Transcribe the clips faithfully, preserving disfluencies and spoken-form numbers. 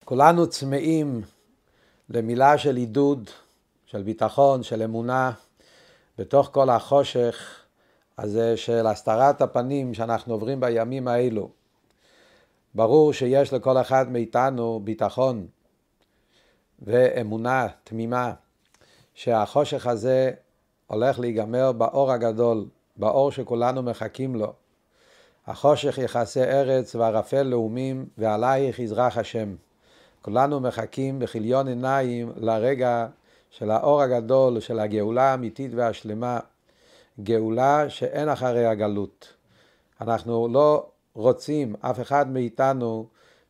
כולנו צמאים למילה של עידוד, של ביטחון, של אמונה, בתוך כל החושך הזה של הסתרת הפנים שאנחנו עוברים בימים האלו. ברור שיש לכל אחד מאיתנו ביטחון ואמונה תמימה שהחושך הזה הולך להיגמר באור הגדול, באור שכולנו מחכים לו. החושך יכסה ארץ וערפל לאומים ועלייך יזרח השם. כולנו מחכים בכיליון עיניים לרגע של האור הגדול, של הגאולה האמיתית והשלמה, גאולה שאין אחרי הגלות. אנחנו לא רוצים אף אחד מאיתנו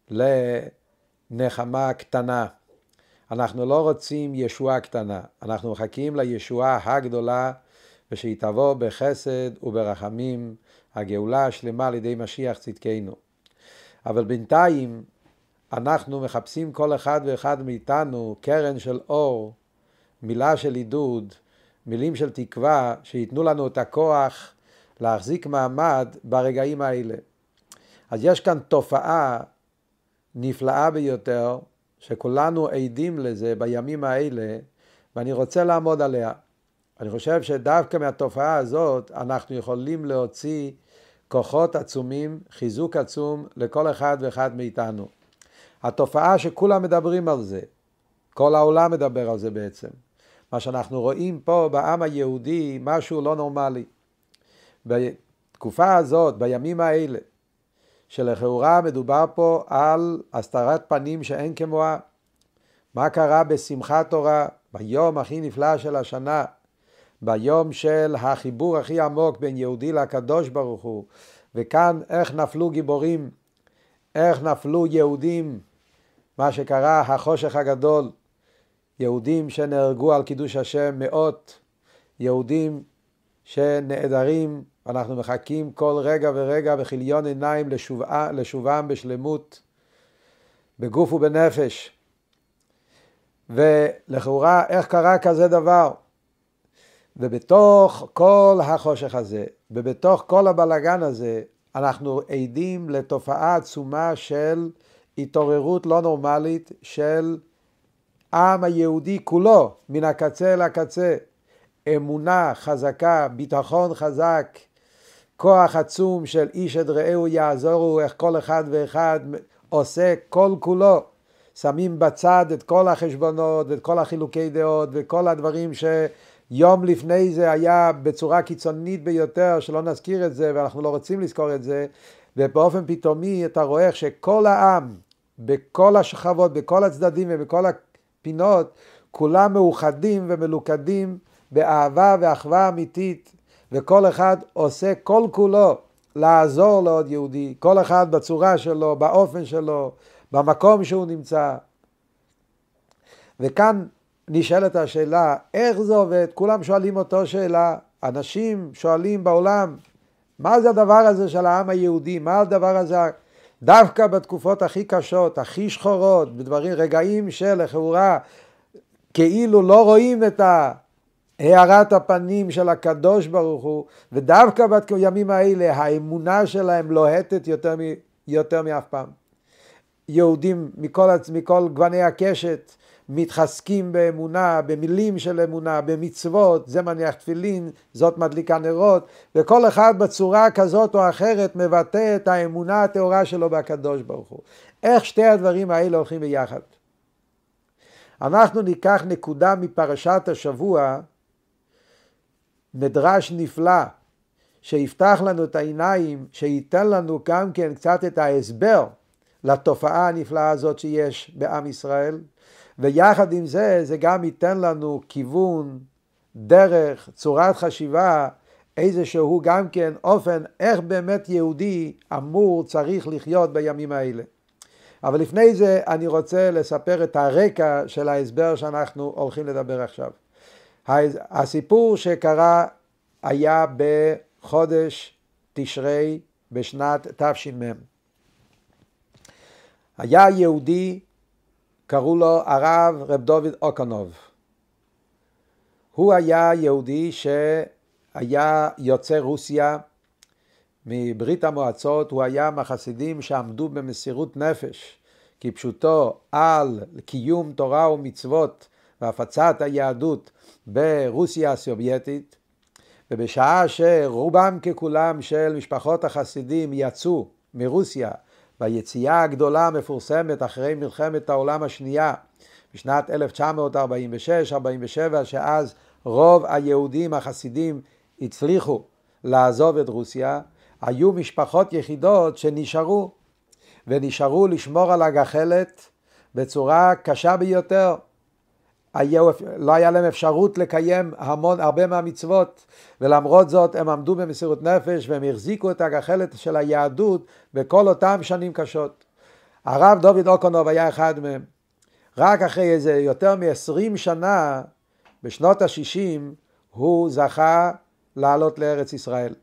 לנחמה קטנה. אנחנו לא רוצים ישועה קטנה. אנחנו מחכים לישועה הגדולה, ושהיא תבוא בחסד וברחמים, הגאולה השלמה על ידי משיח צדקנו. אבל בינתיים אנחנו מחפשים כל אחד ואחד מאיתנו קרן של אור, מילה של עידוד, מילים של תקווה, שיתנו לנו את הכוח להחזיק מעמד ברגעים האלה. אז יש כאן תופעה נפלאה ביותר, שכולנו עדים לזה בימים האלה, ואני רוצה לעמוד עליה. אני חושב שדווקא מהתופעה הזאת אנחנו יכולים להוציא כוחות עצומים, חיזוק עצום לכל אחד ואחד מאיתנו. התופעה שכולם מדברים על זה, כל העולם מדבר על זה בעצם. מה שאנחנו רואים פה בעם היהודי, משהו לא נורמלי. בתקופה הזאת, בימים האלה, שלכאורה מדובר פה על הסתרת פנים שאין כמוה. מה קרה בשמחת תורה, ביום הכי נפלא של השנה, ביום של החיבור הכי עמוק בין יהודי לקדוש ברוך הוא, וכאן איך נפלו גיבורים, איך נפלו יהודים, מה שקרה החושך הגדול, יהודים שנהרגו על קידוש השם מאות, יהודים שנעדרים, אנחנו מחכים כל רגע ורגע בכיליון עיניים לשובע, לשובם בשלמות, בגוף ובנפש. ולכאורה איך קרה כזה דבר? ובתוך כל החושך הזה, ובתוך כל הבלגן הזה, אנחנו עדים לתופעה עצומה של התעוררות לא נורמלית של עם היהודי כולו, מן הקצה לקצה. אמונה חזקה, ביטחון חזק, כוח עצום של איש את רעהו יעזורו, איך כל אחד ואחד עושה כל כולו. שמים בצד את כל החשבונות ואת כל החילוקי דעות וכל הדברים שיום לפני זה היה בצורה קיצונית ביותר, שלא נזכיר את זה ואנחנו לא רוצים לזכור את זה, ובאופן פתאומי אתה רואה שכל העם, בכל השכבות, בכל הצדדים ובכל הפינות, כולם מאוחדים ומלוכדים באהבה ואחווה אמיתית, וכל אחד עושה כל כולו לעזור לעוד יהודי, כל אחד בצורה שלו, באופן שלו, במקום שהוא נמצא. וכאן נשאלת השאלה, איך זה עובד? כולם שואלים אותו שאלה, אנשים שואלים בעולם, מה זה הדבר הזה של העם היהודי? מה הדבר הזה? דווקא בתקופות הכי קשות, הכי שחורות, בדברים, רגעים של לכאורה, כאילו לא רואים את הארת הפנים של הקדוש ברוך הוא, ודווקא בימים האלה האמונה שלהם לוהטת יותר, יותר מאף פעם. יהודים מכל, מכל גווני הקשת מתחזקים באמונה, במילים של אמונה, במצוות, זה מניח תפילין, זאת מדליקה נרות, וכל אחד בצורה כזאת או אחרת מבטא את האמונה הטהורה שלו בקדוש ברוך הוא. איך שתי הדברים האלה הולכים ביחד? אנחנו ניקח נקודה מפרשת השבוע, מדרש נפלא, שיפתח לנו את העיניים, שייתן לנו גם כן קצת את ההסבר לתופעה הנפלאה הזאת שיש בעם ישראל, ויחד עם זה, זה גם ייתן לנו כיוון, דרך, צורת חשיבה, איזשהו גם כן אופן, איך באמת יהודי אמור, צריך לחיות בימים האלה. אבל לפני זה אני רוצה לספר את הרקע של ההסבר שאנחנו הולכים לדבר עכשיו. הסיפור שקרה היה בחודש תשרי בשנת תש"מ. היה יהודי, קראו לו הרב רב דוד אוקונוב. הוא היה יהודי שהיה יוצא רוסיה מברית המועצות, הוא היה מהחסידים שעמדו במסירות נפש כפשוטו על קיום תורה ומצוות והפצת היהדות ברוסיה הסובייטית, ובשעה שרובם ככולם של משפחות החסידים יצאו מרוסיה, ביציאה הגדולה המפורסמת אחרי מלחמת העולם השנייה, בשנת אלף תשע מאות ארבעים ושש ארבעים ושבע, שאז רוב היהודים החסידים הצליחו לעזוב את רוסיה, היו משפחות יחידות שנשארו, ונשארו לשמור על הגחלת בצורה קשה ביותר. היו, לא היה להם אפשרות לקיים המון, הרבה מהמצוות, ולמרות זאת הם עמדו במסירות נפש, והם החזיקו את הגחלת של היהדות בכל אותם שנים קשות. הרב דוד אוקונוב היה אחד מהם. רק אחרי איזה יותר מ-עשרים שנה, בשנות ה-שישים, הוא זכה לעלות לארץ ישראל.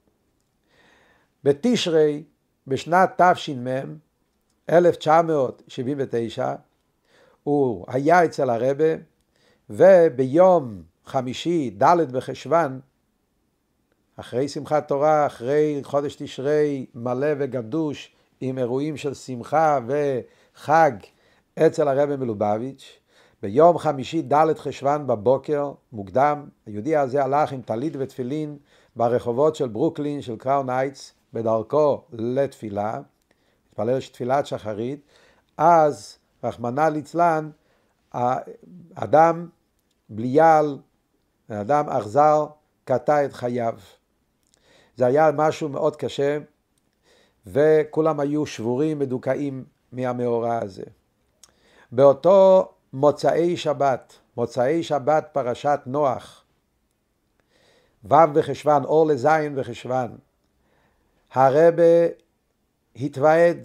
בתשרי, בשנת תש"מ, אלף תשע מאות שבעים ותשע, הוא היה אצל הרבה, וביום חמישי, ד' בחשוון, אחרי שמחת תורה, אחרי חודש תשרי מלא וגדוש, עם אירועים של שמחה וחג אצל הרבה מלובביץ', ביום חמישי ד' חשוון בבוקר, מוקדם, היהודי הזה הלך עם טלית ותפילין ברחובות של ברוקלין, של קראון הייטס, בדרכו לתפילה, התפלל תפילת שחרית. אז רחמנא ליצלן, האדם בליעל, האדם אכזר, קטע את חייו. זה היה משהו מאוד קשה, וכולם היו שבורים, מדוכאים מהמאורע הזה. באותו מוצאי שבת, מוצאי שבת פרשת נוח, ו' בחשוון, אור לזין בחשוון, הרבה התוועד.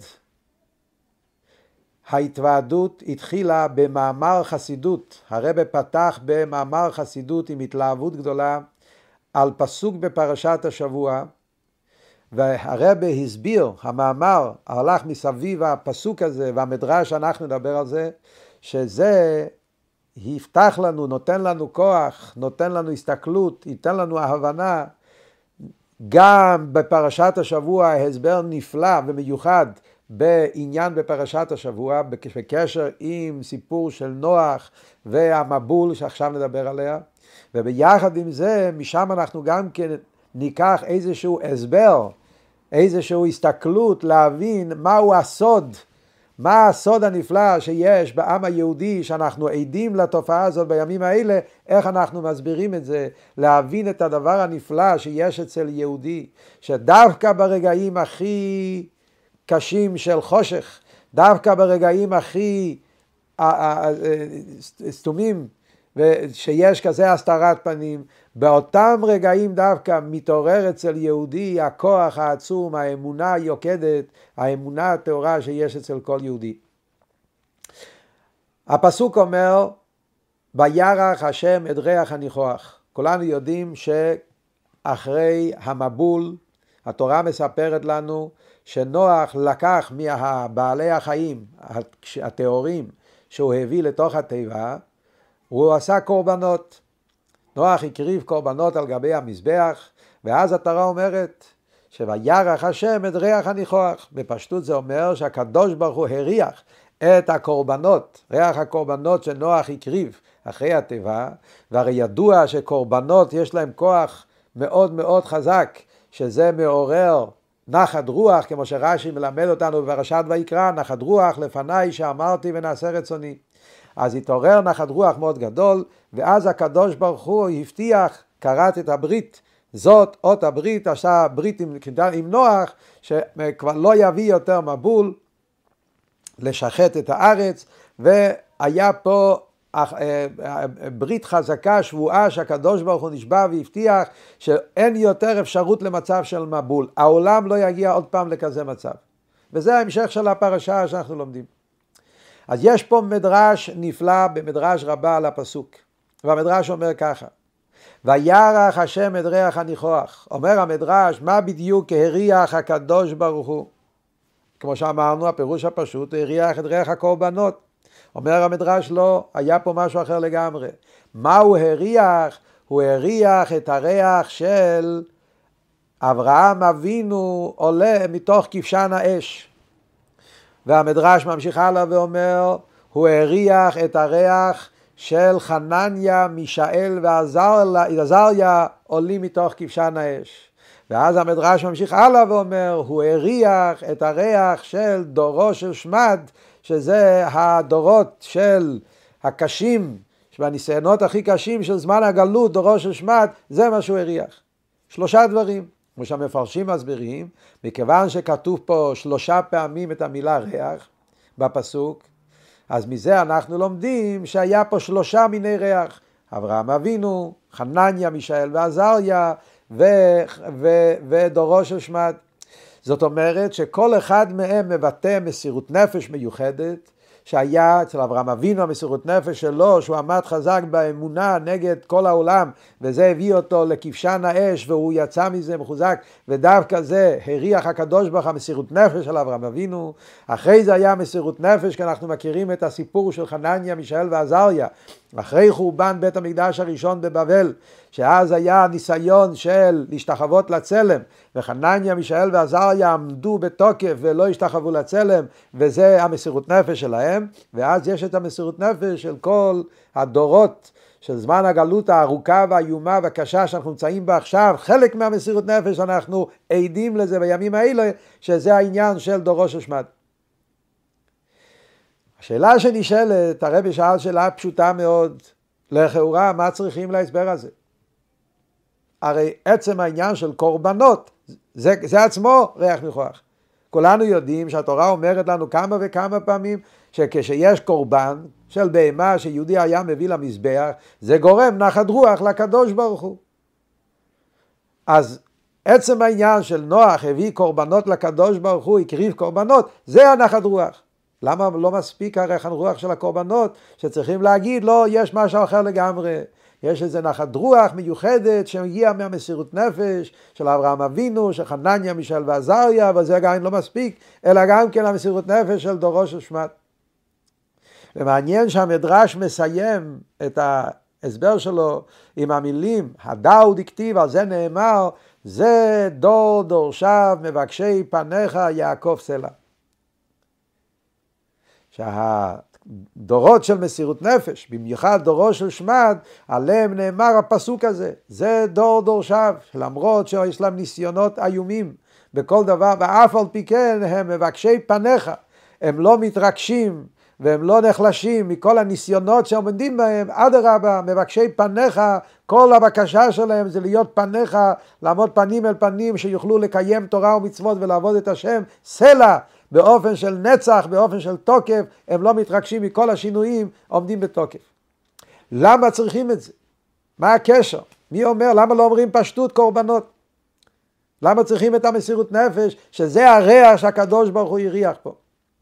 ההתוועדות התחילה במאמר חסידות. הרבה פתח במאמר חסידות עם התלהבות גדולה על פסוק בפרשת השבוע, והרבה הסביר, המאמר הלך מסביב הפסוק הזה, והמדרש אנחנו נדבר על זה, שזה יפתח לנו, נותן לנו כוח, נותן לנו הסתכלות, ייתן לנו ההבנה. גם בפרשת השבוע הסבר נפלא ומיוחד בעניין בפרשת השבוע, בקשר עם סיפור של נוח והמבול שעכשיו נדבר עליה, וביחד עם זה, משם אנחנו גם כן ניקח איזשהו הסבר, איזשהו הסתכלות להבין מהו הסוד, מה הסוד הנפלא שיש בעם היהודי, שאנחנו עדים לתופעה הזאת בימים האלה, איך אנחנו מסבירים את זה, להבין את הדבר הנפלא שיש אצל יהודי, שדווקא ברגעים הכי קשים של חושך, דווקא ברגעים הכי סתומים, ושיש כזה הסתרת פנים, באותם רגעים דווקא מתעורר אצל יהודי הכוח העצום, האמונה היוקדת, האמונה הטהורה שיש אצל כל יהודי. הפסוק אומר, וירח השם את ריח הניחוח. כולנו יודעים שאחרי המבול, התורה מספרת לנו שנוח לקח מבעלי החיים, הטהורים, שהוא הביא לתוך התיבה, הוא עשה קורבנות. נוח הקריב קורבנות על גבי המזבח, ואז התורה אומרת שוירח השם את ריח הניחוח. בפשטות זה אומר שהקדוש ברוך הוא הריח את הקורבנות, ריח הקורבנות שנוח הקריב אחרי התיבה, והרי ידוע שקורבנות יש להם כוח מאוד מאוד חזק, שזה מעורר נחת רוח, כמו שרש"י מלמד אותנו בפרשת ויקרא, נחת רוח לפניי שאמרתי ונעשה רצוני. אז התעורר נחת רוח מאוד גדול, ואז הקדוש ברוך הוא הבטיח, קראת את הברית, זאת אות הברית, עשה ברית עם, עם נוח, שכבר לא יביא יותר מבול, לשחט את הארץ, והיה פה ברית חזקה, שבועה שהקדוש ברוך הוא נשבע והבטיח, שאין יותר אפשרות למצב של מבול. העולם לא יגיע עוד פעם לכזה מצב. וזה ההמשך של הפרשה שאנחנו לומדים. אז יש פה מדרש נפלא במדרש רבה על הפסוק, והמדרש אומר ככה, וירח השם את ריח הניחוח. אומר המדרש, מה בדיוק הריח הקדוש ברוך הוא? כמו שאמרנו, הפירוש הפשוט, הריח את ריח הקורבנות. אומר המדרש, לא, היה פה משהו אחר לגמרי. מה הוא הריח? הוא הריח את הריח של אברהם אבינו עולה מתוך כבשן האש. והמדרש ממשיך הלאה ואומר, הוא הריח את הריח של חנניה, מישאל ועזריה עולים מתוך כבשן האש. ואז המדרש ממשיך הלאה ואומר, הוא הריח את הריח של דורו של שמד, שזה הדורות של הקשים, שבניסיונות הכי קשים של זמן הגלות, דורו של שמד, זה מה שהוא הריח. שלושה דברים, כמו שהמפרשים מסבירים, מכיוון שכתוב פה שלושה פעמים את המילה ריח בפסוק, אז מזה אנחנו לומדים שהיה פה שלושה מיני ריח, אברהם אבינו, חנניה, מישאל ועזריה, ו- ו- ודורו של שמד. זאת אומרת שכל אחד מהם מבטא מסירות נפש מיוחדת, שהיה אצל אברהם אבינו המסירות נפש שלו, שהוא עמד חזק באמונה נגד כל העולם, וזה הביא אותו לכבשן האש, והוא יצא מזה מחוזק, ודווקא זה הריח הקדוש ברוך הוא המסירות נפש של אברהם אבינו. אחרי זה היה מסירות נפש, כי אנחנו מכירים את הסיפור של חנניה, מישאל ועזריה, אחרי חורבן בית המקדש הראשון בבבל, שאז היה ניסיון של להשתחוות לצלם, וחנניה, מישאל ועזריה עמדו בתוקף ולא השתחוו לצלם, וזה המסירות נפש שלהם. ואז יש את המסירות נפש של כל הדורות של זמן הגלות הארוכה והאיומה והקשה שאנחנו נמצאים בה עכשיו. חלק מהמסירות נפש אנחנו עדים לזה בימים האלה, שזה העניין של דורו של שמד. השאלה שנשאלת, הרבי שאל שאלה פשוטה מאוד, לכאורה מה צריכים להסבר הזה? הרי עצם העניין של קורבנות, זה, זה עצמו ריח ניחוח. כולנו יודעים שהתורה אומרת לנו כמה וכמה פעמים, שכשיש קורבן של בהמה שיהודי היה מביא למזבח, זה גורם נחת רוח לקדוש ברוך הוא. אז עצם העניין של נוח הביא קורבנות לקדוש ברוך הוא, הקריב קורבנות, זה הנחת רוח. למה לא מספיק הנחת רוח של הקורבנות, שצריכים להגיד, לא, יש משהו אחר לגמרי. יש איזה נחת רוח מיוחדת שמגיע מהמסירות נפש של אברהם אבינו, של חנניה, מישאל ועזריה, וזה גם לא מספיק, אלא גם כן המסירות נפש של דורו של שמד. ומעניין שהמדרש מסיים את ההסבר שלו עם המילים, הדאו דכתיב, על זה נאמר, זה דור דורשיו מבקשי פניך יעקב סלע. שהדורות של מסירות נפש, במיוחד דורו של שמד, עליהם נאמר הפסוק הזה, זה דור דורשיו, למרות שיש להם ניסיונות איומים בכל דבר, ואף על פי כן הם מבקשי פניך, הם לא מתרגשים והם לא נחלשים מכל הניסיונות שעומדים בהם, אדרבה, מבקשי פניך, כל הבקשה שלהם זה להיות פניך, לעמוד פנים אל פנים, שיוכלו לקיים תורה ומצוות ולעבוד את השם, סלע, באופן של נצח, באופן של תוקף, הם לא מתרגשים מכל השינויים, עומדים בתוקף. למה צריכים את זה? מה הקשר? מי אומר? למה לא אומרים פשטות קורבנות? למה צריכים את המסירות נפש, שזה הריח שהקדוש ברוך הוא הריח פה?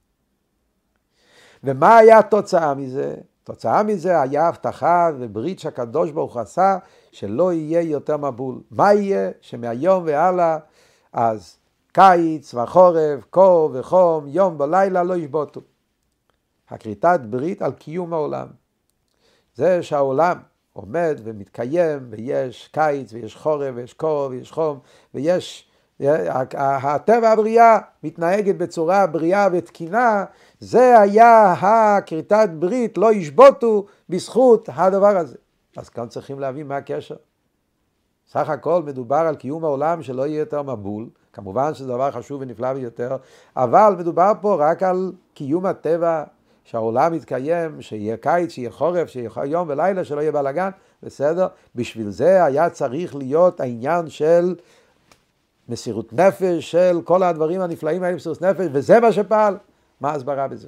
ומה היה התוצאה מזה? תוצאה מזה היה הבטחה וברית שהקדוש ברוך הוא עשה, שלא יהיה יותר מבול. מה יהיה? שמהיום והלאה, אז קיץ וחורף, קור וחום, יום ולילה לא ישבותו. הכריתת ברית על קיום העולם. זה שהעולם עומד ומתקיים, ויש קיץ ויש חורף ויש קור ויש חום, ויש, הטבע הבריאה מתנהגת בצורה בריאה ותקינה, זה היה הכריתת ברית, לא ישבותו בזכות הדבר הזה. אז כאן צריכים להבין מה הקשר. סך הכל מדובר על קיום העולם שלא יהיה יותר מבול, כמובן שזה דבר חשוב ונפלא ביותר, אבל מדובר פה רק על קיום הטבע, שהעולם יתקיים, שיהיה קיץ, שיהיה חורף, שיהיה יום ולילה, שלא יהיה בלגן, בסדר? בשביל זה היה צריך להיות העניין של מסירות נפש, של כל הדברים הנפלאים האלה, מסירות נפש, וזה מה שפעל. מה ההסברה בזה?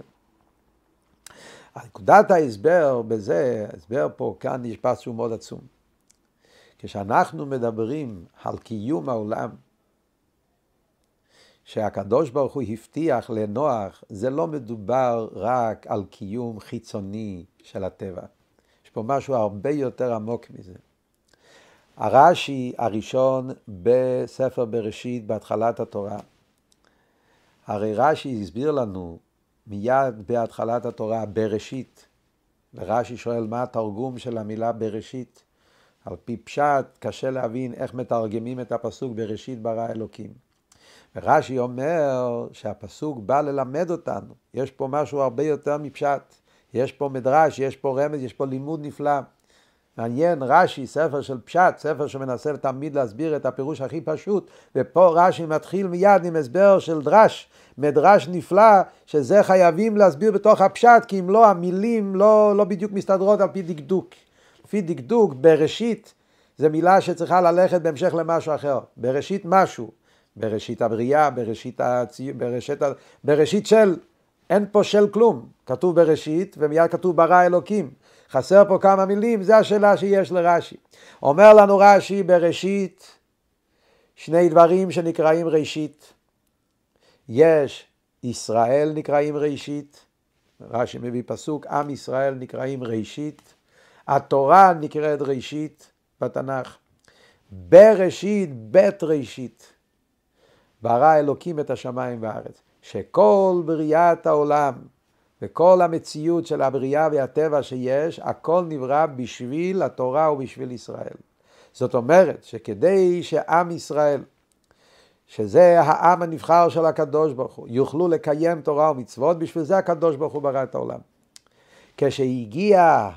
נקודת ההסבר בזה, ההסבר פה כאן יש פס שהוא מאוד עצום. כשאנחנו מדברים על קיום העולם, שהקדוש ברוך הוא הבטיח לנוח, זה לא מדובר רק על קיום חיצוני של הטבע. יש פה משהו הרבה יותר עמוק מזה. הרש"י הראשון בספר בראשית, בהתחלת התורה, הרי רש"י הסביר לנו מיד בהתחלת התורה בראשית, ורש"י שואל מה התרגום של המילה בראשית. על פי פשט קשה להבין איך מתרגמים את הפסוק בראשית ברא אלוקים. רש"י אומר שהפסוק בא ללמד אותנו, יש פה משהו הרבה יותר מפשט, יש פה מדרש, יש פה רמז, יש פה לימוד נפלא. מעניין, רש"י, ספר של פשט, ספר שמנסה תמיד להסביר את הפירוש הכי פשוט, ופה רש"י מתחיל מיד עם הסבר של דרש, מדרש נפלא, שזה חייבים להסביר בתוך הפשט, כי אם לא, המילים לא, לא בדיוק מסתדרות על פי דקדוק. לפי דקדוק, בראשית, זה מילה שצריכה ללכת בהמשך למשהו אחר. בראשית משהו, בראשית הבריאה, בראשית, הצי... בראשית, בראשית של, אין פה של כלום. כתוב בראשית, ומיד כתוב ברא אלוקים. חסר פה כמה מילים, זה השאלה שיש לרש"י. אומר לנו רש"י בראשית, שני דברים שנקראים ראשית. יש ישראל נקראים ראשית, רש"י מביא פסוק, עם ישראל נקראים ראשית, התורה נקראת ראשית בתנ"ך, בראשית בית ראשית, ברא אלוקים את השמיים והארץ, שכל בריאת העולם וכל המציאות של הבריאה והטבע שיש, הכל נברא בשביל התורה ובשביל ישראל. זאת אומרת שכדי שעם ישראל, שזה העם הנבחר של הקדוש ברוך הוא, יוכלו לקיים תורה ומצוות, בשביל זה הקדוש ברוך הוא ברא את העולם. כשהגיע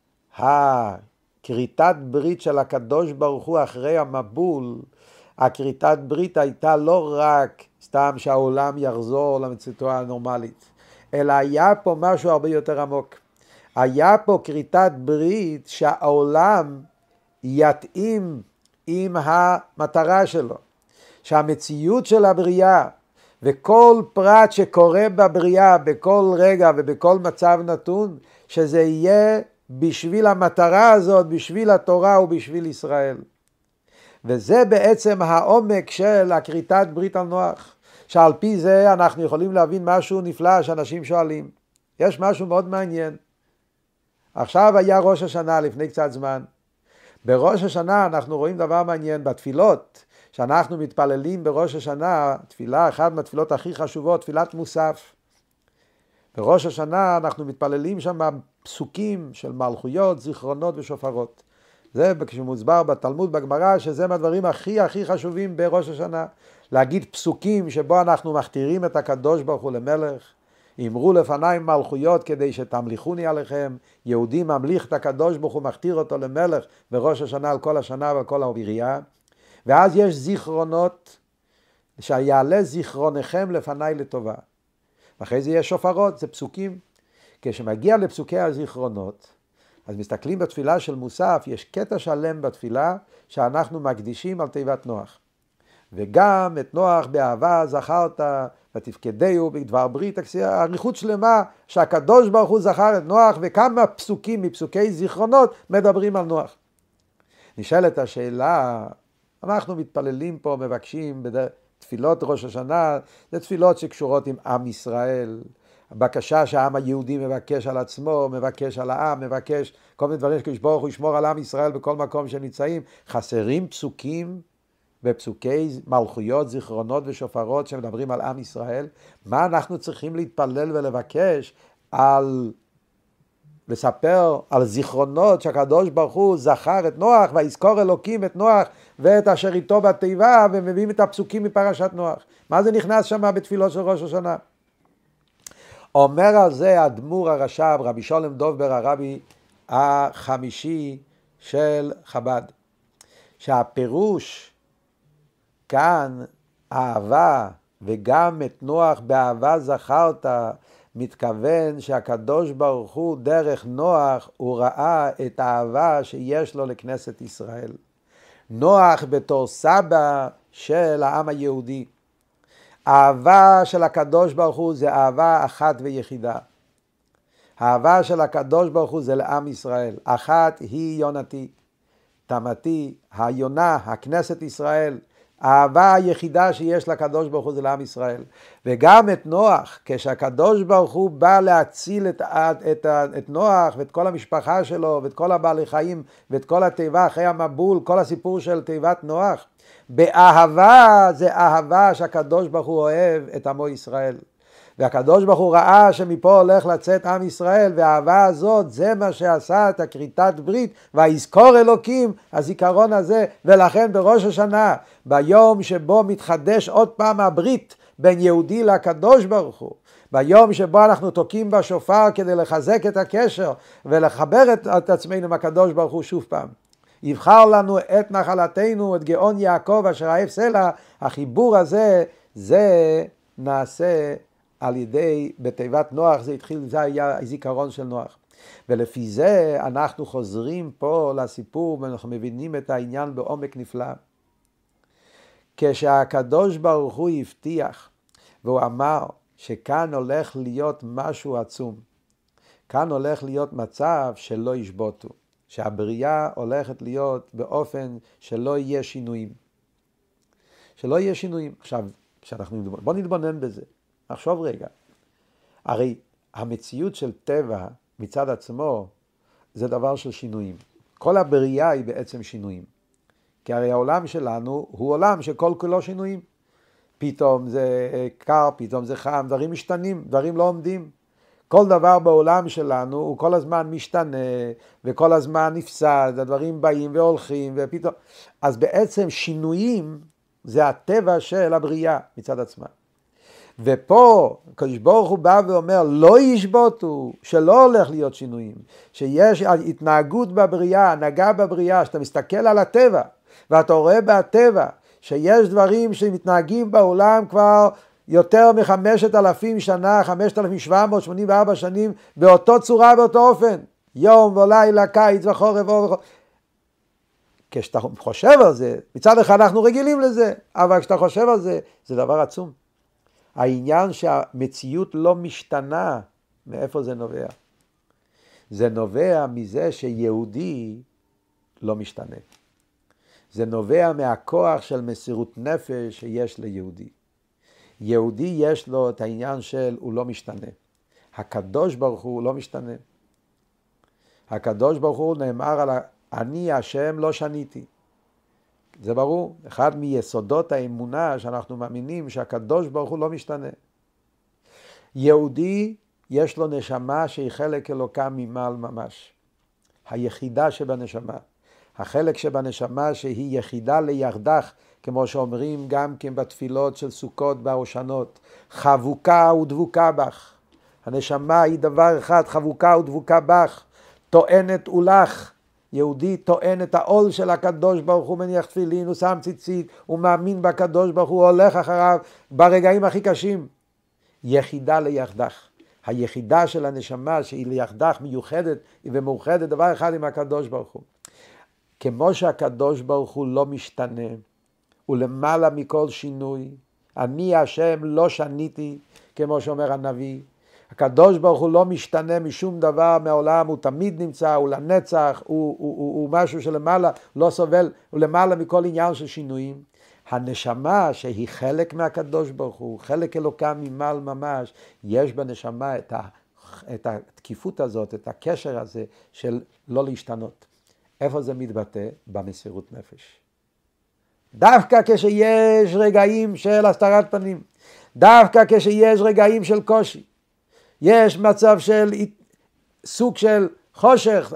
הכריתת ברית של הקדוש ברוך הוא אחרי המבול, הכריתת ברית הייתה לא רק סתם שהעולם יחזור למציאותו הנורמלית, אלא היה פה משהו הרבה יותר עמוק. היה פה כריתת ברית שהעולם יתאים עם המטרה שלו. שהמציאות של הבריאה וכל פרט שקורה בבריאה בכל רגע ובכל מצב נתון, שזה יהיה בשביל המטרה הזאת, בשביל התורה ובשביל ישראל. וזה בעצם העומק של הכריתת ברית על נוח. שעל פי זה אנחנו יכולים להבין משהו נפלא שאנשים שואלים. יש משהו מאוד מעניין. עכשיו היה ראש השנה לפני קצת זמן. בראש השנה אנחנו רואים דבר מעניין בתפילות. שאנחנו מתפללים בראש השנה, תפילה, אחת מהתפילות הכי חשובות, תפילת מוסף. בראש השנה אנחנו מתפללים שם פסוקים של מלכויות, זיכרונות ושופרות. זה כשמוסבר בתלמוד בגמרא, שזה מהדברים הכי הכי חשובים בראש השנה. להגיד פסוקים שבו אנחנו מכתירים את הקדוש ברוך הוא למלך. אמרו לפניי מלכויות כדי שתמליכוני עליכם. יהודי ממליך את הקדוש ברוך הוא, מכתיר אותו למלך בראש השנה על כל השנה ועל כל הבריאה. ואז יש זיכרונות, שיעלה זיכרונכם לפניי לטובה. ואחרי זה יש שופרות, זה פסוקים. כשמגיע לפסוקי הזיכרונות, אז מסתכלים בתפילה של מוסף, יש קטע שלם בתפילה שאנחנו מקדישים על תיבת נוח. וגם את נוח באהבה זכרת ותפקדהו בדבר ברית, אריכות שלמה שהקדוש ברוך הוא זכר את נוח, וכמה פסוקים מפסוקי זיכרונות מדברים על נוח. נשאלת השאלה, אנחנו מתפללים פה, מבקשים בתפילות ראש השנה, זה תפילות שקשורות עם עם ישראל, הבקשה שהעם היהודי מבקש על עצמו, מבקש על העם, מבקש כל מיני דברים שקדוש ברוך הוא ישמור על עם ישראל בכל מקום שנמצאים. חסרים פסוקים בפסוקי מלכויות, זיכרונות ושופרות שמדברים על עם ישראל. מה אנחנו צריכים להתפלל ולבקש על, לספר על זיכרונות שהקדוש ברוך הוא זכר את נוח, ויזכור אלוקים את נוח ואת אשר איתו בתיבה, ומביאים את הפסוקים מפרשת נוח. מה זה נכנס שם בתפילות של ראש השנה? אומר על זה האדמו"ר הרש"ב, רבי שולם דובבר, הרבי החמישי של חב"ד, שהפירוש כאן אהבה וגם את נוח באהבה זכרת, מתכוון שהקדוש ברוך הוא דרך נוח הוא ראה את האהבה שיש לו לכנסת ישראל. נוח בתור סבא של העם היהודי. האהבה של הקדוש ברוך הוא זה אהבה אחת ויחידה. האהבה של הקדוש ברוך הוא זה לעם ישראל. אחת היא יונתי, תמתי, היונה, הכנסת ישראל. האהבה היחידה שיש לקדוש ברוך הוא זה לעם ישראל. וגם את נוח, כשהקדוש ברוך הוא בא להציל את, את, את נוח ואת כל המשפחה שלו ואת כל הבעלי חיים ואת כל התיבה אחרי המבול, כל הסיפור של תיבת נוח, באהבה זה אהבה שהקדוש ברוך הוא אוהב את עמו ישראל. והקדוש ברוך הוא ראה שמפה הולך לצאת עם ישראל, והאהבה הזאת זה מה שעשה את הכריתת ברית, והיזכור אלוקים, הזיכרון הזה, ולכן בראש השנה, ביום שבו מתחדש עוד פעם הברית בין יהודי לקדוש ברוך הוא, ביום שבו אנחנו תוקעים בשופר כדי לחזק את הקשר ולחבר את, את עצמנו עם הקדוש ברוך הוא שוב פעם. יבחר לנו את נחלתנו, את גאון יעקב אשר אהב סלע, החיבור הזה, זה נעשה על ידי, בתיבת נוח, זה התחיל, זה היה הזיכרון של נוח. ולפי זה אנחנו חוזרים פה לסיפור, ואנחנו מבינים את העניין בעומק נפלא. כשהקדוש ברוך הוא הבטיח, והוא אמר שכאן הולך להיות משהו עצום. כאן הולך להיות מצב שלא ישבותו. שהבריאה הולכת להיות באופן שלא יהיה שינויים. שלא יהיה שינויים. עכשיו, כשאנחנו נתבונן, בוא נתבונן בזה. נחשוב רגע. הרי המציאות של טבע מצד עצמו זה דבר של שינויים. כל הבריאה היא בעצם שינויים. כי הרי העולם שלנו הוא עולם שכל כולו שינויים. פתאום זה קר, פתאום זה חם, דברים משתנים, דברים לא עומדים. כל דבר בעולם שלנו הוא כל הזמן משתנה וכל הזמן נפסד, הדברים באים והולכים ופתאום. אז בעצם שינויים זה הטבע של הבריאה מצד עצמה. ופה הקדוש ברוך הוא בא ואומר לא ישבותו, שלא הולך להיות שינויים, שיש התנהגות בבריאה, הנהגה בבריאה, שאתה מסתכל על הטבע ואתה רואה בטבע שיש דברים שמתנהגים בעולם כבר יותר מחמשת אלפים שנה, חמשת אלפים שבע מאות שמונים וארבע שנים, באותו צורה, באותו אופן. יום ולילה, קיץ וחורף וחורף. כשאתה חושב על זה, מצד אחד אנחנו רגילים לזה, אבל כשאתה חושב על זה, זה דבר עצום. העניין שהמציאות לא משתנה, מאיפה זה נובע? זה נובע מזה שיהודי לא משתנה. זה נובע מהכוח של מסירות נפש שיש ליהודי. יהודי יש לו את העניין של הוא לא משתנה. הקדוש ברוך הוא לא משתנה. הקדוש ברוך הוא נאמר על אני השם לא שניתי. זה ברור. אחד מיסודות האמונה שאנחנו מאמינים שהקדוש ברוך הוא לא משתנה. יהודי יש לו נשמה שהיא חלק אלוקה ממעל ממש. היחידה שבנשמה. החלק שבנשמה שהיא יחידה לירדך, כמו שאומרים גם כן בתפילות של סוכות בהושענות, חבוקה ודבוקה בך. הנשמה היא דבר אחד, חבוקה ודבוקה בך, טוענת ולך. יהודי טוען את העול של הקדוש ברוך הוא, מניח תפילין, הוא שם ציצית, הוא מאמין בקדוש ברוך הוא, הולך אחריו ברגעים הכי קשים. יחידה לירדך. היחידה של הנשמה שהיא לירדך מיוחדת ומאוחדת, דבר אחד עם הקדוש ברוך הוא. כמו שהקדוש ברוך הוא לא משתנה, ולמעלה מכל שינוי, אני השם לא שניתי, כמו שאומר הנביא. הקדוש ברוך הוא לא משתנה משום דבר מהעולם, הוא תמיד נמצא, הוא לנצח, הוא, הוא, הוא, הוא משהו שלמעלה לא סובל, הוא למעלה מכל עניין של שינויים. הנשמה שהיא חלק מהקדוש ברוך הוא, חלק אלוקה ממעל ממש, יש בנשמה את, ה, את התקיפות הזאת, את הקשר הזה של לא להשתנות. איפה זה מתבטא? במסירות נפש. דווקא כשיש רגעים של הסתרת פנים, דווקא כשיש רגעים של קושי, יש מצב של סוג של חושך,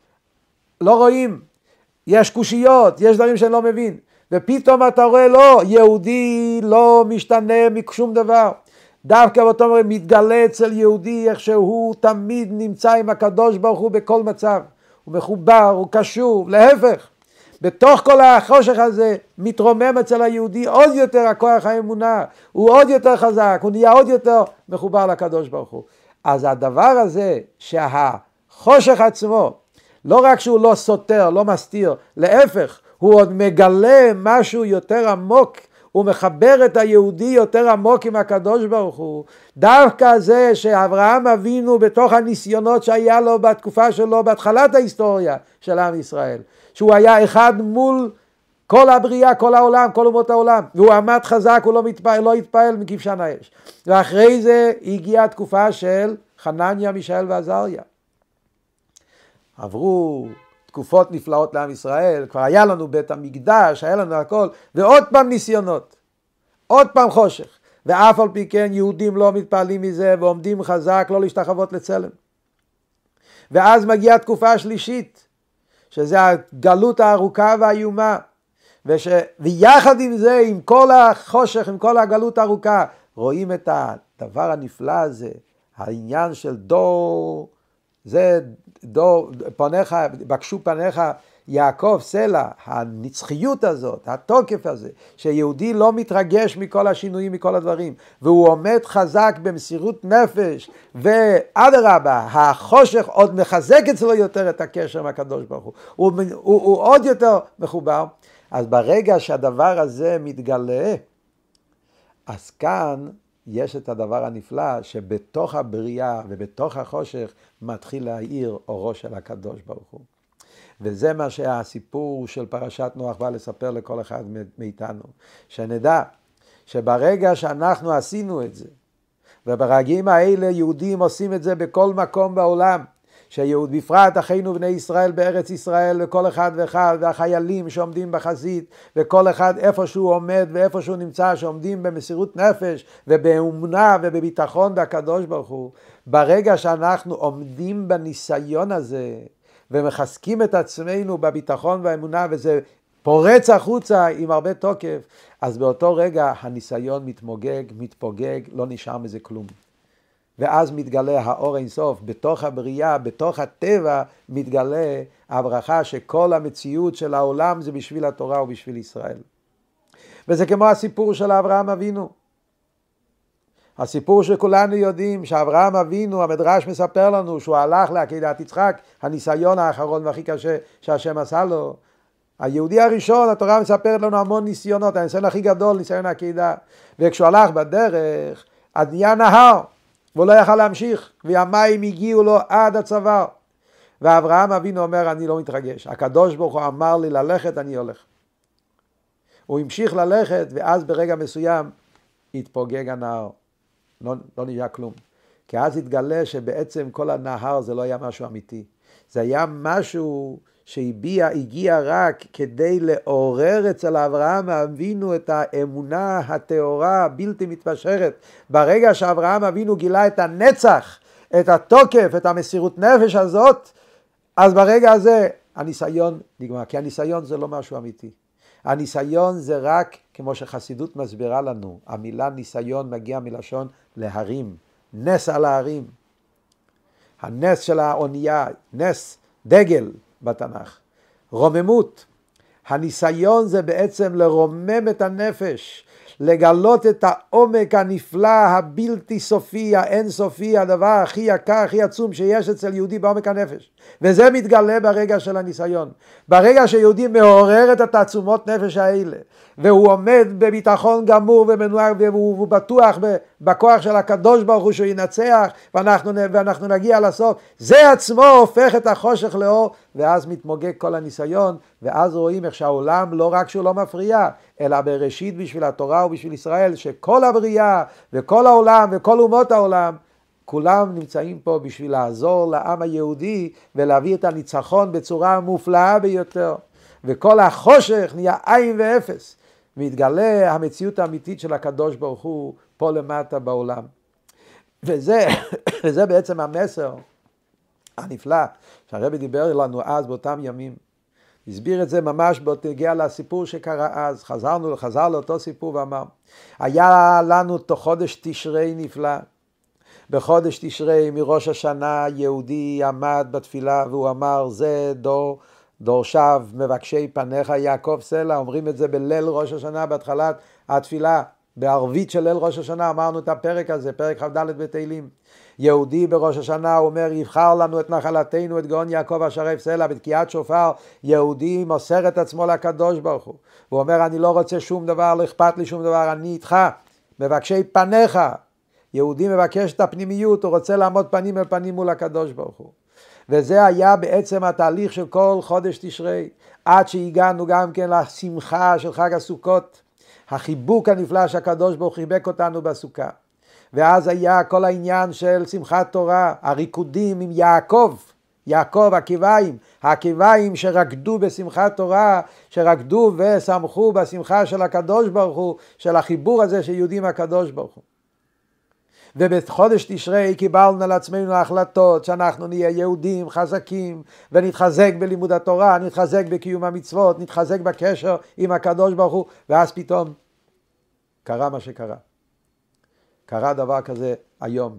לא רואים, יש קושיות, יש דברים שאני לא מבין, ופתאום אתה רואה לא, יהודי לא משתנה משום דבר. דווקא באותו מראה מתגלה אצל יהודי איך שהוא תמיד נמצא עם הקדוש ברוך הוא בכל מצב. הוא מחובר, הוא קשור, להפך. בתוך כל החושך הזה מתרומם אצל היהודי עוד יותר הכוח האמונה, הוא עוד יותר חזק, הוא נהיה עוד יותר מחובר לקדוש ברוך הוא. אז הדבר הזה שהחושך עצמו, לא רק שהוא לא סותר, לא מסתיר, להפך, הוא עוד מגלה משהו יותר עמוק, הוא מחבר את היהודי יותר עמוק עם הקדוש ברוך הוא. דווקא זה שאברהם אבינו בתוך הניסיונות שהיה לו בתקופה שלו, בהתחלת ההיסטוריה של עם ישראל, שהוא היה אחד מול כל הבריאה, כל העולם, כל אומות העולם, והוא עמד חזק, הוא לא מתפעל, לא התפעל מכבשן האש. ואחרי זה הגיעה התקופה של חנניה, מישאל ועזריה. עברו תקופות נפלאות לעם ישראל, כבר היה לנו בית המקדש, היה לנו הכל, ועוד פעם ניסיונות, עוד פעם חושך, ואף על פי כן יהודים לא מתפעלים מזה ועומדים חזק לא להשתחוות לצלם. ואז מגיעה תקופה שלישית, שזה הגלות הארוכה והאיומה, וש... ויחד עם זה, עם כל החושך, עם כל הגלות הארוכה, רואים את הדבר הנפלא הזה, העניין של דור, זה דור, פניך, בקשו פניך יעקב סלע, הנצחיות הזאת, התוקף הזה, שיהודי לא מתרגש מכל השינויים, מכל הדברים, והוא עומד חזק במסירות נפש, ואדרבה, החושך עוד מחזק אצלו יותר את הקשר עם הקדוש ברוך הוא, הוא, הוא, הוא עוד יותר מחובר. אז ברגע שהדבר הזה מתגלה, אז כאן יש את הדבר הנפלא שבתוך הבריאה ובתוך החושך מתחיל להאיר אורו של הקדוש ברוך הוא. וזה מה שהסיפור של פרשת נוח בא לספר לכל אחד מאיתנו. שנדע שברגע שאנחנו עשינו את זה, וברגעים האלה יהודים עושים את זה בכל מקום בעולם, שיהוד בפרט אחינו בני ישראל בארץ ישראל, וכל אחד ואחד, והחיילים שעומדים בחזית, וכל אחד איפה שהוא עומד ואיפה שהוא נמצא, שעומדים במסירות נפש ובאמונה ובביטחון בקדוש ברוך הוא, ברגע שאנחנו עומדים בניסיון הזה, ומחזקים את עצמנו בביטחון והאמונה, וזה פורץ החוצה עם הרבה תוקף, אז באותו רגע הניסיון מתמוגג, מתפוגג, לא נשאר מזה כלום. ואז מתגלה האור אינסוף, בתוך הבריאה, בתוך הטבע, מתגלה הברכה שכל המציאות של העולם זה בשביל התורה ובשביל ישראל. וזה כמו הסיפור של אברהם אבינו. הסיפור שכולנו יודעים, שאברהם אבינו, המדרש מספר לנו, שהוא הלך לעקדת יצחק, הניסיון האחרון והכי קשה שהשם עשה לו. היהודי הראשון, התורה מספרת לנו המון ניסיונות, הניסיון הכי גדול, ניסיון העקדה. וכשהוא הלך בדרך, אז נהיה נהר, והוא לא יכל להמשיך, והמים הגיעו לו עד הצוואר. ואברהם אבינו אומר, אני לא מתרגש. הקדוש ברוך הוא אמר לי ללכת, אני הולך. הוא המשיך ללכת, ואז ברגע מסוים התפוגג הנהר. לא, לא נהיה כלום. כי אז התגלה שבעצם כל הנהר זה לא היה משהו אמיתי. זה היה משהו שהגיע, הגיע רק כדי לעורר אצל אברהם אבינו את האמונה התאורה הבלתי מתפשרת. ברגע שאברהם אבינו גילה את הנצח, את התוקף, את המסירות נפש הזאת, אז ברגע הזה הניסיון נגמר. כי הניסיון זה לא משהו אמיתי. הניסיון זה רק, כמו שחסידות מסבירה לנו, המילה ניסיון מגיע מלשון להרים, נס על ההרים. הנס של האונייה, נס, דגל בתנ"ך. רוממות. הניסיון זה בעצם לרומם את הנפש, לגלות את העומק הנפלא, הבלתי סופי, האין סופי, הדבר הכי יקר, הכי עצום שיש אצל יהודי בעומק הנפש. וזה מתגלה ברגע של הניסיון. ברגע שיהודי מעורר את התעצומות נפש האלה, והוא עומד בביטחון גמור ומנוער, והוא בטוח בכוח של הקדוש ברוך הוא שהוא ינצח, ואנחנו, ואנחנו נגיע לסוף, זה עצמו הופך את החושך לאור, ואז מתמוגג כל הניסיון, ואז רואים איך שהעולם לא רק שהוא לא מפריע, אלא בראשית בשביל התורה ובשביל ישראל, שכל הבריאה וכל העולם וכל אומות העולם, כולם נמצאים פה בשביל לעזור לעם היהודי, ולהביא את הניצחון בצורה מופלאה ביותר. וכל החושך נהיה עין ואפס, והתגלה המציאות האמיתית של הקדוש ברוך הוא פה למטה בעולם. וזה, וזה בעצם המסר הנפלא שהרבי דיבר לנו אז באותם ימים. הסביר את זה ממש בנוגע לסיפור שקרה אז. חזרנו, חזר לאותו סיפור ואמר, היה לנו חודש תשרי נפלא. בחודש תשרי מראש השנה יהודי עמד בתפילה והוא אמר, זה דור, דור שב, מבקשי פניך יעקב סלע. אומרים את זה בליל ראש השנה בהתחלת התפילה. בערבית של ליל ראש השנה אמרנו את הפרק הזה, פרק כ"ד בתהילים. יהודי בראש השנה אומר, יבחר לנו את נחלתנו, את גאון יעקב אשר סלע, בתקיעת שופר. יהודי מוסר את עצמו לקדוש ברוך הוא. הוא אומר, אני לא רוצה שום דבר, לא אכפת לי שום דבר, אני איתך, מבקשי פניך. יהודי מבקש את הפנימיות, הוא רוצה לעמוד פנים אל פנים מול הקדוש ברוך הוא. וזה היה בעצם התהליך של כל חודש תשרי, עד שהגענו גם כן לשמחה של חג הסוכות, החיבוק הנפלא שהקדוש ברוך הוא חיבק אותנו בסוכה. ואז היה כל העניין של שמחת תורה, הריקודים עם יעקב, יעקב עקביים, העקביים שרקדו בשמחת תורה, שרקדו ושמחו בשמחה של הקדוש ברוך הוא, של החיבור הזה שיהודים הקדוש ברוך הוא. ובחודש תשרי קיבלנו על עצמנו החלטות שאנחנו נהיה יהודים חזקים ונתחזק בלימוד התורה, נתחזק בקיום המצוות, נתחזק בקשר עם הקדוש ברוך הוא, ואז פתאום קרה מה שקרה. קרה דבר כזה היום.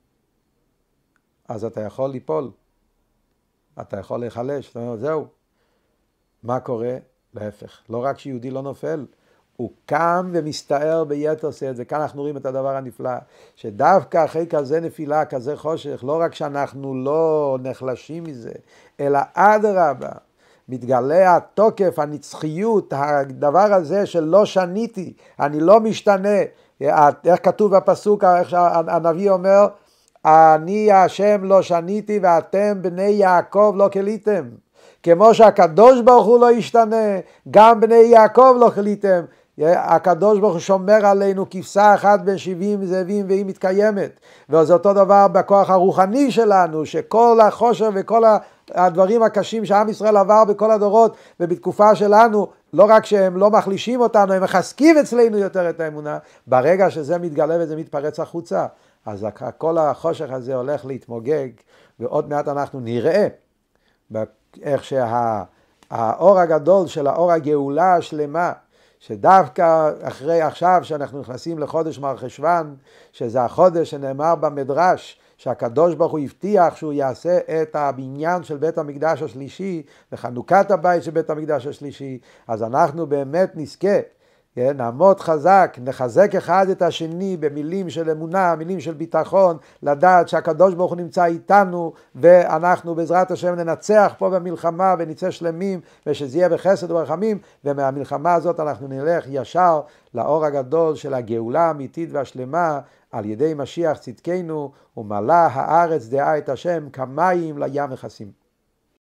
אז אתה יכול ליפול, אתה יכול להיחלש, אתה אומר, זהו. מה קורה? להפך. לא רק שיהודי לא נופל, הוא קם ומסתער ביתר שאת, וכאן אנחנו רואים את הדבר הנפלא, שדווקא אחרי כזה נפילה, כזה חושך, לא רק שאנחנו לא נחלשים מזה, אלא אדרבה, מתגלה התוקף, הנצחיות, הדבר הזה של לא שניתי, אני לא משתנה, איך כתוב בפסוק, איך שהנביא אומר, אני השם לא שניתי ואתם בני יעקב לא כליתם. כמו שהקדוש ברוך הוא לא ישתנה, גם בני יעקב לא כליתם. הקדוש ברוך הוא שומר עלינו כבשה אחת בין שבעים זאבים והיא מתקיימת. וזה אותו דבר בכוח הרוחני שלנו, שכל החושר וכל הדברים הקשים שעם ישראל עבר בכל הדורות ובתקופה שלנו, לא רק שהם לא מחלישים אותנו, הם מחזקים אצלנו יותר את האמונה. ברגע שזה מתגלה וזה מתפרץ החוצה, אז כל החושך הזה הולך להתמוגג, ועוד מעט אנחנו נראה איך שהאור הגדול של האור הגאולה השלמה, שדווקא אחרי עכשיו שאנחנו נכנסים לחודש מרחשוון, שזה החודש שנאמר במדרש, שהקדוש ברוך הוא הבטיח שהוא יעשה את הבניין של בית המקדש השלישי, וחנוכת הבית של בית המקדש השלישי, אז אנחנו באמת נזכה, נעמוד חזק, נחזק אחד את השני במילים של אמונה, מילים של ביטחון, לדעת שהקדוש ברוך הוא נמצא איתנו, ואנחנו בעזרת השם ננצח פה במלחמה ונצא שלמים, ושזה יהיה בחסד וברחמים, ומהמלחמה הזאת אנחנו נלך ישר לאור הגדול של הגאולה האמיתית והשלמה, על ידי משיח צדקנו, ומלא הארץ דעה את השם כמים לים מכסים.